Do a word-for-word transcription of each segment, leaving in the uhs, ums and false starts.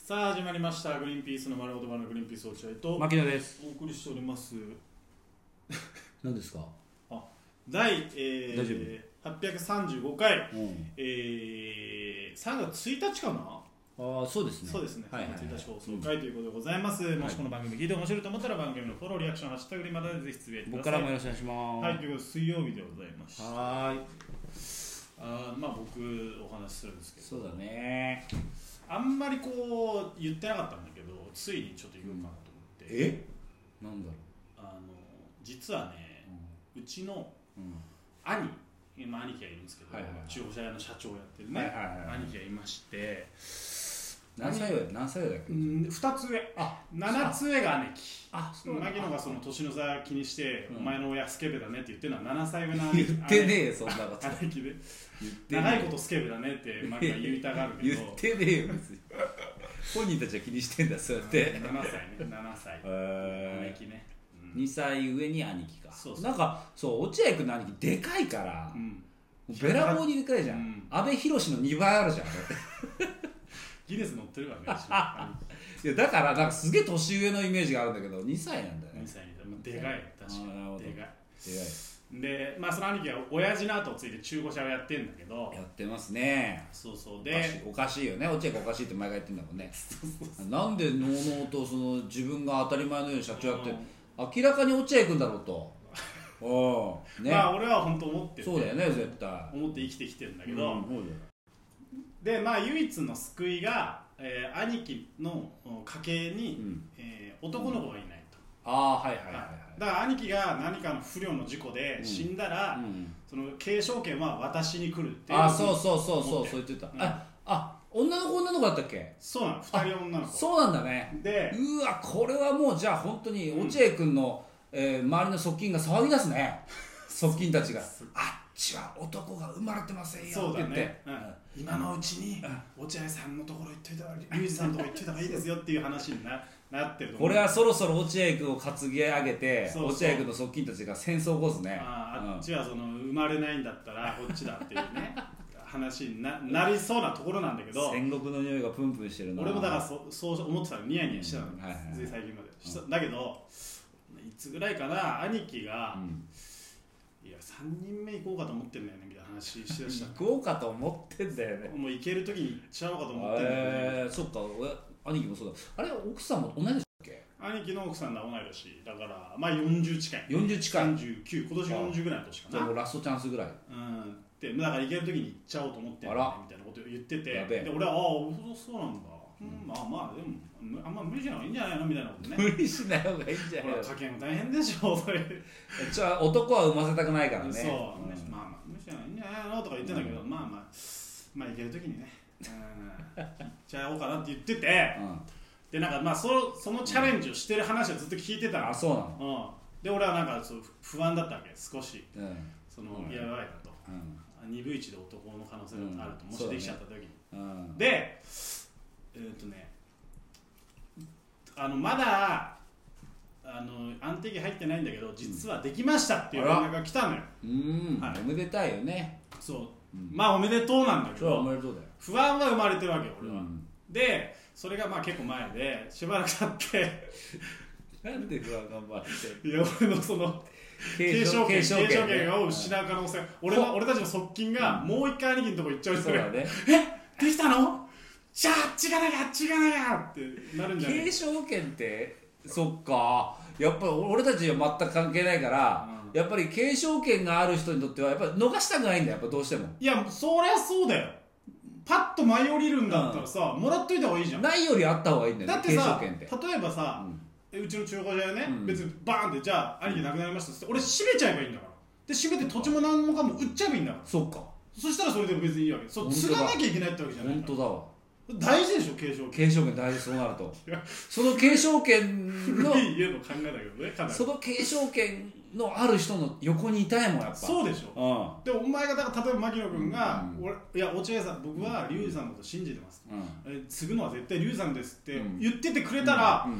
さあ始まりましたグリーンピースの丸ごとバナナグリーンピース落合と牧野です。 お送りしております何ですか？ あ第、え大丈ー、はっぴゃくさんじゅうごかい、 うんえー、さんがつついたちかな。 ああそうですね。 そうですね、 はいはいはい、 さんがつついたち放送回ということでございます、うん、もしこの番組聞いて面白いと思ったら番組のフォローリアクションハッシュタグでまたぜひつぶやいてください。 僕からもよろしくお願いします。 はい、ということで水曜日でございました。 はーい。 あまあ僕お話しするんですけど、 そうだね。 あんまりこう言ってなかったんだけどついにちょっと言おうかなと思って、 えなんだろう。 あの実はね、うちのうん、 兄、今兄貴がいるんですけど、 はいはいはい、 中古車屋の社長をやってるね、 はいはいはいはい、 兄貴がいまして、 何歳上何歳上だっけ？ うん、ふたつ上、 あななつ上が姉貴。 あ、そう牧野がその年の差気にして、 うん、 お前の親スケベだねって言ってるのはななさい上の兄貴。言ってねえよそんなこと。 兄貴で言ってねえ長いことスケベだねって牧野は言いたがるけど言ってねえよ別に。本人たちは気にしてんだそうやって。 ななさいね、ななさい、 えー、 姉貴ね、 うん、にさい上に兄貴か。 そうそう、 なんかそう落合君の兄貴でかいから、うん、べらぼうにでかいじゃん、うん、阿部寛のにばいあるじゃんギネス乗ってるわねいやだからなんかすげえ年上のイメージがあるんだけどにさいなんだよね。 にさいでかい、確かにでかいでかいで、まあその兄貴は親父の後を継いで中古車をやってんだけど、 やってますね。 そうそうでおかしいよね、落合がおかしいって前が言ってんだもんねなんでのうのうとその自分が当たり前のように社長やって明らかに落合君だろうとお、ね、 まあ俺は本当思ってて、 そうだよね絶対思って生きてきてるんだけど、 うん、 でまあ唯一の救いが、えー、兄貴の家系に、うんえー、男の子がいないと、 うん、ああはいはいはい、はい、 だから兄貴が何かの不慮の事故で死んだら、うんうん、その継承権は私に来るっていう。 あそうそうそうそうそう言ってた、うん、ああ女の子女の子だったっけ？そうなの、ふたり女の子。そうなんだね。でうわこれはもうじゃあ本当に落合君の、うんえー、周りの側近が騒ぎ出すね側近たちがあっちは男が生まれてませんよって言って、ねうん、今のうちに落合さんのところ行っといたら龍二さんのところ行っといた方がいいですよっていう話に な, なってると思う。 これはそろそろ落合君を担ぎ上げてそうそう落合君の側近たちが戦争を起こすね。 あ, あっちはその生まれないんだったらこっちだっていうね話に な, なりそうなところなんだけど、 戦国の匂いがプンプンしてるな。 俺もだから そ, そう思ってたの、ニヤニヤしてたの、うんはいはいはい、最近まで、うん、だけどいつぐらいかな兄貴が、うん、いやさんにんめ行こうかと思ってんだよねみたいな話しだした行こうかと思ってんだよね。 もう行ける時に行っちゃおうかと思ってんだよね。 えー、そっか兄貴もそうだ。あれ奥さんも同い年だっけ？兄貴の奥さんは同い年だからまあよんじゅう近い、ね、 よんじゅう近いさんじゅうきゅう、今年よんじゅうぐらいの年かな。 じゃあもうラストチャンスぐらい、 うんでだから行ける時に行っちゃおうと思ってんだよねみたいなことを言ってて、で俺はああそうなんだ、うん、まあまあでもあんま無理しない方がいいんじゃないのみたいなことね。 無理しない方がいいんじゃないの。 家計も大変でしょそれじゃあ男は産ませたくないからね。そう、うん、 まあまあ無理しない方がいいんじゃないのとか言ってんだけど、うん、まあまあまあ行ける時にね、うん、行っちゃおうかなって言ってて、うん、でなんかまあ そ, そのチャレンジをしてる話はずっと聞いてたの、うん、あそうなの、うん、で俺はなんかそう不安だったわけ少し、うん、その、うん、やばいなと、うんにぶいちで男の可能性があると、うん、もしできちゃった時に、うん、でえー、っとねあのまだあの安定期入ってないんだけど実はできましたっていう連絡が来たのよ。 うん、はい、おめでたいよね。 そう、うん、まあおめでとうなんだけどおめでとうだよ。 不安は生まれてるわけよ俺は、うん、でそれがまあ結構前でしばらく経ってなんで不安が生まれていや俺のその継承権を失う可能性、俺の俺たちの側近がもう一回兄貴のとこ行っちゃうそれ、ね、えできたのじゃああっちがなきゃあっちがなきゃってなるんじゃない。 継承権ってそっかやっぱり俺たちは全く関係ないから、うん、やっぱり継承権がある人にとってはやっぱり逃したくないんだよやっぱどうしても。 いやそりゃそうだよ。パッと舞い降りるんだったらさ、うん、もらっといた方がいいじゃん。 ないよりあった方がいいんだよね。 だってさ例えばさ、うんうちの中古車屋ね、うん、別にバーンってじゃあ兄貴亡くなりましたって俺閉めちゃえばいいんだから。で閉めて土地も何もかも売っちゃえばいいんだから。 そうか。 そしたらそれでも別にいいわけ。そう継がなきゃいけないってわけじゃない。 本当だわ。 大事でしょ継承権。 継承権大事。そうなるとその継承権の古い家の考えだけどねかなり。 その継承権のある人の横にいたいもんやっぱ。 そうでしょ、うん、でお前がだから例えば牧野君が、うん、俺いや落合さん僕は龍二さんのこと信じてます、うん、え継ぐのは絶対龍二さんですって言っててくれたら、うんうん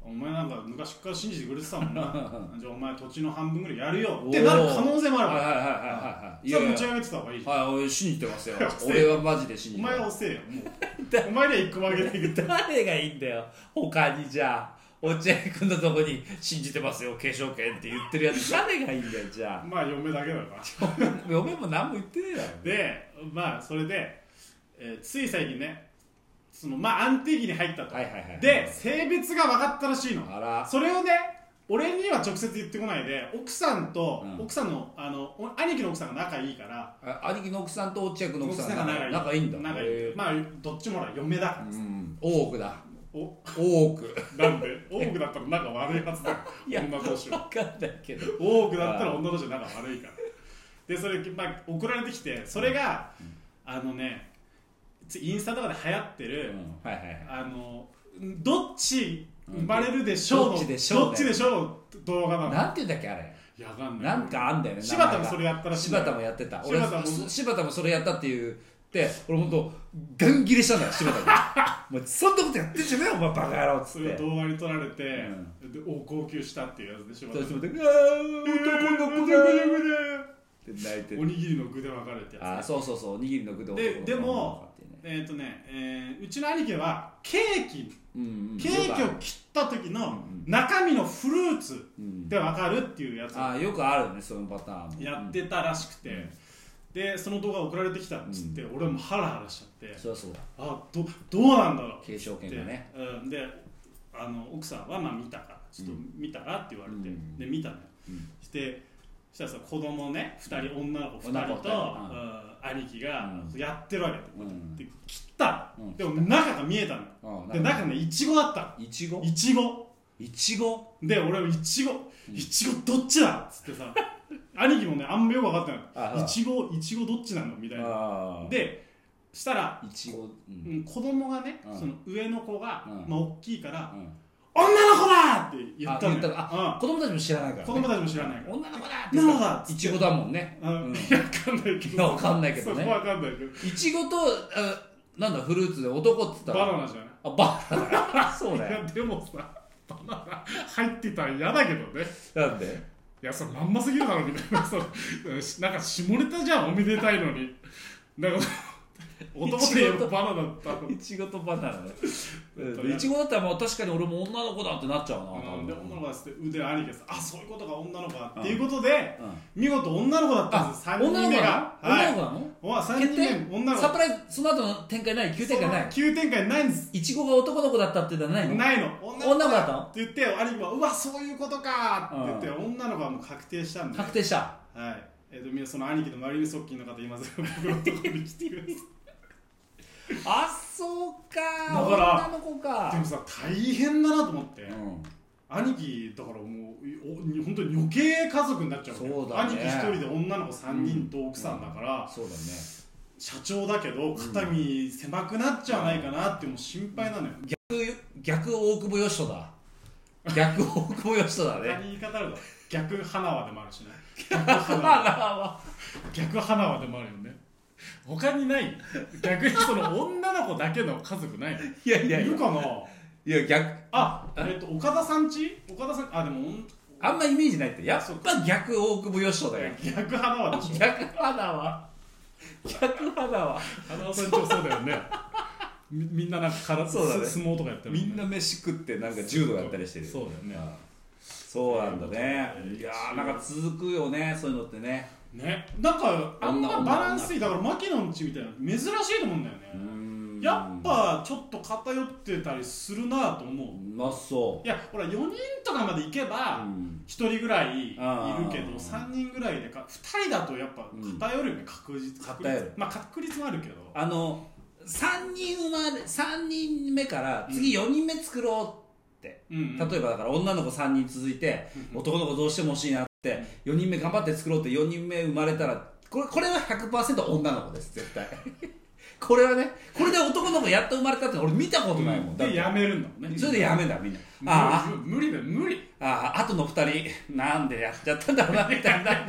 お前なんか昔から信じてくれてたもんなじゃあお前土地の半分ぐらいやるよってなる可能性もあるから、はいはいはいはいはいじゃあ持ち上げてた方がいいじゃん。 はい、信じてますよ俺はマジで信じてます。 お前は遅えよもうお前には一個もあげないけど誰がいいんだよ他に。じゃあ落合君のとこに信じてますよ継承権って言ってるやつ誰がいいんだよ。じゃあまあ嫁だけだから嫁も何も言ってねえだろ。 でまあそれで、えー、つい最近ねそのまあ安定期に入ったと、はいはいはいはい、で性別が分かったらしいの。あらそれをね俺には直接言ってこないで奥さんと、うん、奥さんのあの兄貴の奥さんが仲いいからあ兄貴の奥さんと落合君の奥さんが仲いい仲いいんだ。仲いいまあどっちもら嫁だから、うん、 大奥だお大奥なんで大奥だったら仲悪いはずだよ女同士は分かんないけど大奥だったら女同士は仲悪いからでそれ、まあ、送られてきてそれが、うん、あのねインスタとかで流行ってる、うんはいはいはい、あのどっち生まれるでしょうの、うん、どっちでしょう、どっちでしょうの動画なの。なんていうんだっけあれ。 いやわかんない。 なんかあんだよね。 柴田もそれやったらしい。 柴田もやってた。俺柴田もそれやったっていうで俺本当ガン切れしたんだよ柴田にもうそんなことやってんじゃねえよお前バカ野郎っつって。動画に撮られて、うん、でお号泣したっていうやつで柴田。そうそう。うわー男の子だって泣いてる。おにぎりの具で分かれてやつ、ね。 あそうそうそうおにぎりの具で。 ででも。えーとねえー、うちの兄貴はケーキ、うんうん、ケーキを切った時の中身のフルーツで分かるっていうやつ、 うん、あよくあるねそのパターンやってたらしくて、うん、でその動画送られてきたっつって、うん、俺もハラハラしちゃってそうそうあ ど, どうなんだろう継承権がね、 うん、であの奥さんはまあ見たからちょっと見たらって言われて、うん、で見たのよ、うん、してそしたらさ子供ねふたり、うん、女の子ふたりと、うん、兄貴がやってるわけで、うん、で切ったの、うん、でも中が見えたの、うん、で中ねいちごだったの。いちごいちごいちごで俺はいちごいちごどっちだっつってさ兄貴もねあんまよく分かってないいちごいちごどっちなのみたいなでしたらいちご、うん、子供がね、うん、その上の子が、うんまあ、大きいから、うん女の子だって言ったのよ。 あ、子供たちも知らないから、ね。 子供たちも知らないから。 女の子だって言ったら。いちごだもんね。 うん。わかんないけど。 わかんないけどね。 そこわかんないけど。 いちごとなんだフルーツで男って言ったら。 バナナじゃない。 あ、バナナ。そうだよ。 いやでもさ、バナナ入ってたら嫌だけどね。 なんで？ いやそれまんますぎるだろみたいなさ、なんか下ネタじゃんおめでたいのに。なんか。男で言えばバナナだったいちごとバナナねいちごだったらもう確かに俺も女の子だってなっちゃうな、 うん、で女の子だって腕兄貴ですあそういうことが女の子だっていうことで、うんうん、見事女の子だったんですさんにんめが女の子なの、 はい、さんにんめ女の子サプライズその後の展開ない急展開ない急展開ないんですいちごが男の子だったって言ったらないのないの女の子だったのって言って兄貴はうわそういうことかって言って、うん、女の子はもう確定したんで確定したはいえー、とその兄貴のマリル側近の方今すぐ僕のところに来てくださいあそうかだから女の子かでもさ大変だなと思って、うん、兄貴だからもう本当に余計家族になっちゃうそうだ、ね、 兄貴一人で女の子さんにんと奥さんだから、 うんうん、そうだね社長だけど肩身狭くなっちゃわないかなってもう心配なのよ、 うん、逆逆大久保嘉人だ逆大久保嘉人だね何言い方あるだ逆花輪でもあるしね逆花輪逆花輪でもあるよね他にない逆にその女の子だけの家族ないいやいやいるかないや逆あえっと岡田さんち岡田さんあでもあんまイメージないってやっぱ逆大久保嘉人だよ逆花輪でしょ逆花輪逆花輪花輪さんちもそうだよねみ, みんななんか体そうだ、ね、相撲とかやってる、 ね、みんな飯食ってなんか柔道やったりしてるそうだよねそうなんだねいやーなんか続くよねそういうのってねね、なんかあんなバランスいいだから牧野んちみたいな珍しいと思うんだよねやっぱちょっと偏ってたりするなと思うまあそういやほらよにんとかまでいけばひとりぐらいいるけどさんにんぐらいでかふたりだとやっぱ偏るよね確実確率まあ確率もあるけどあのさんにん生まれさんにんめから次よにんめ作ろうって、うん、例えばだから女の子さんにん続いて、うん、男の子どうしても欲しいなってよにんめ頑張って作ろうってよにんめ生まれたらこれ、これは ひゃくパーセント 女の子です絶対これはねこれで男の子やっと生まれたって俺見たことないもん、うん、 でやめるんだもんねそれでやめんだみんなああ無理だよ無理あああとのふたりなんでやっちゃったんだろうなみたいな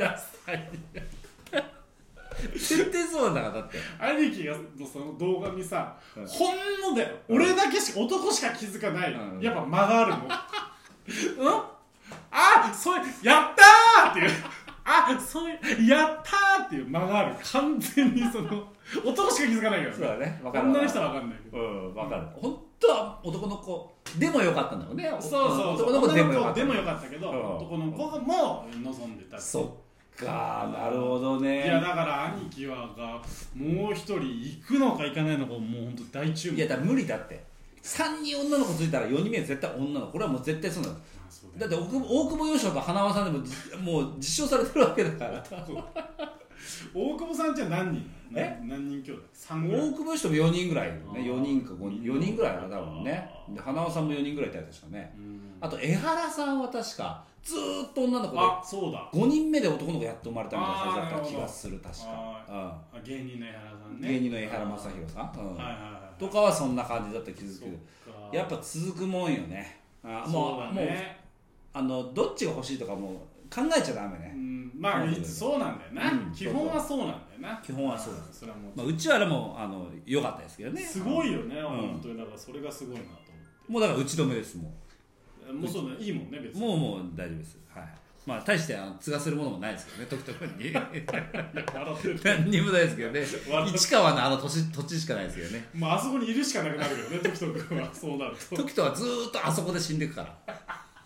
絶対そうなんだからだって兄貴がその動画にさ、うん、ほんのだよ、うん、俺だけしか男しか気づかない、うん、やっぱ間があるのうんあそうやったーっていうあそういうやったーっていう間がある完全にその男しか気づかないからそうだね分かる女の人は分かんないけどうん分かる、うん、本当は男の子でもよかったんだろうねそうそうそう男の子でもよかったでもよかったけど、うん、男の子も望んでたそうかなるほどねいやだから兄貴はがもう一人行くのか行かないのかもう本当大注目いやだから無理だってさんにん女の子ついたらよにんめ絶対女の子これはもう絶対そうなのだって大久保嘉人と花輪さんでももう実証されてるわけだから大久保さんじゃ何人え何人兄弟さんぐらい大久保嘉人もよにんぐらいねよにんかごにんよにんぐらいだ多分ねで花輪さんもよにんぐらいいたり確かねあと江原さんは確かずーっと女の子であそうだごにんめで男の子やっと生まれたみたいな感じだった気がする確かあ、うん、芸人の江原さんね芸人の江原正宏さん、うんはいはいはい、 とかはそんな感じだった気づくけどやっぱ続くもんよねあもう、ね、もうあのどっちが欲しいとかもう考えちゃダメね、 うん、まあそうなんだよな、うん、基本はそうなんだよな基本はそうです、それはもう、まあ、うちはもうあの良かったですけどねすごいよね、うん、本当にだからそれがすごいなと思ってもうだから打ち止めですもうもうそうだいいもんね別にもうもう大丈夫ですはいまあ大してあの継がせるものもないですけどね時々に何にもないですけどね市川のあの土地土地しかないですけどねまああそこにいるしかなくなるけどね時々はそうなると時々はずーっとあそこで死んでいくから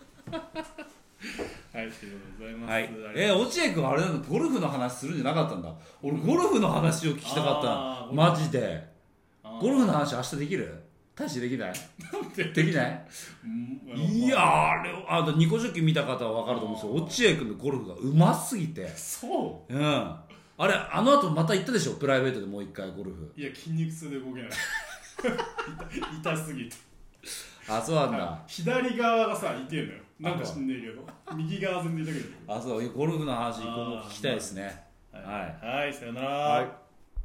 はい、ということでございます。 はい、えー、落合君あれなのゴルフの話するんじゃなかったんだ。俺ゴルフの話を聞きたかったマジで。ゴルフの話明日できる？大してできない？できない？いやあれあとニコジョッキ見た方は分かると思うんですけど、落合君のゴルフがうますぎて。 そう。 うん。あれあの後また行ったでしょプライベートでもう一回ゴルフ。 いや筋肉痛で動けない。痛, 痛すぎて。 あそうなんだ。 左側がさ痛いのよ。なんか知んねえけど右側全然痛くない。 あそうゴルフの話今後聞きたいですね。 はい、はいはい、さよなら。 はい。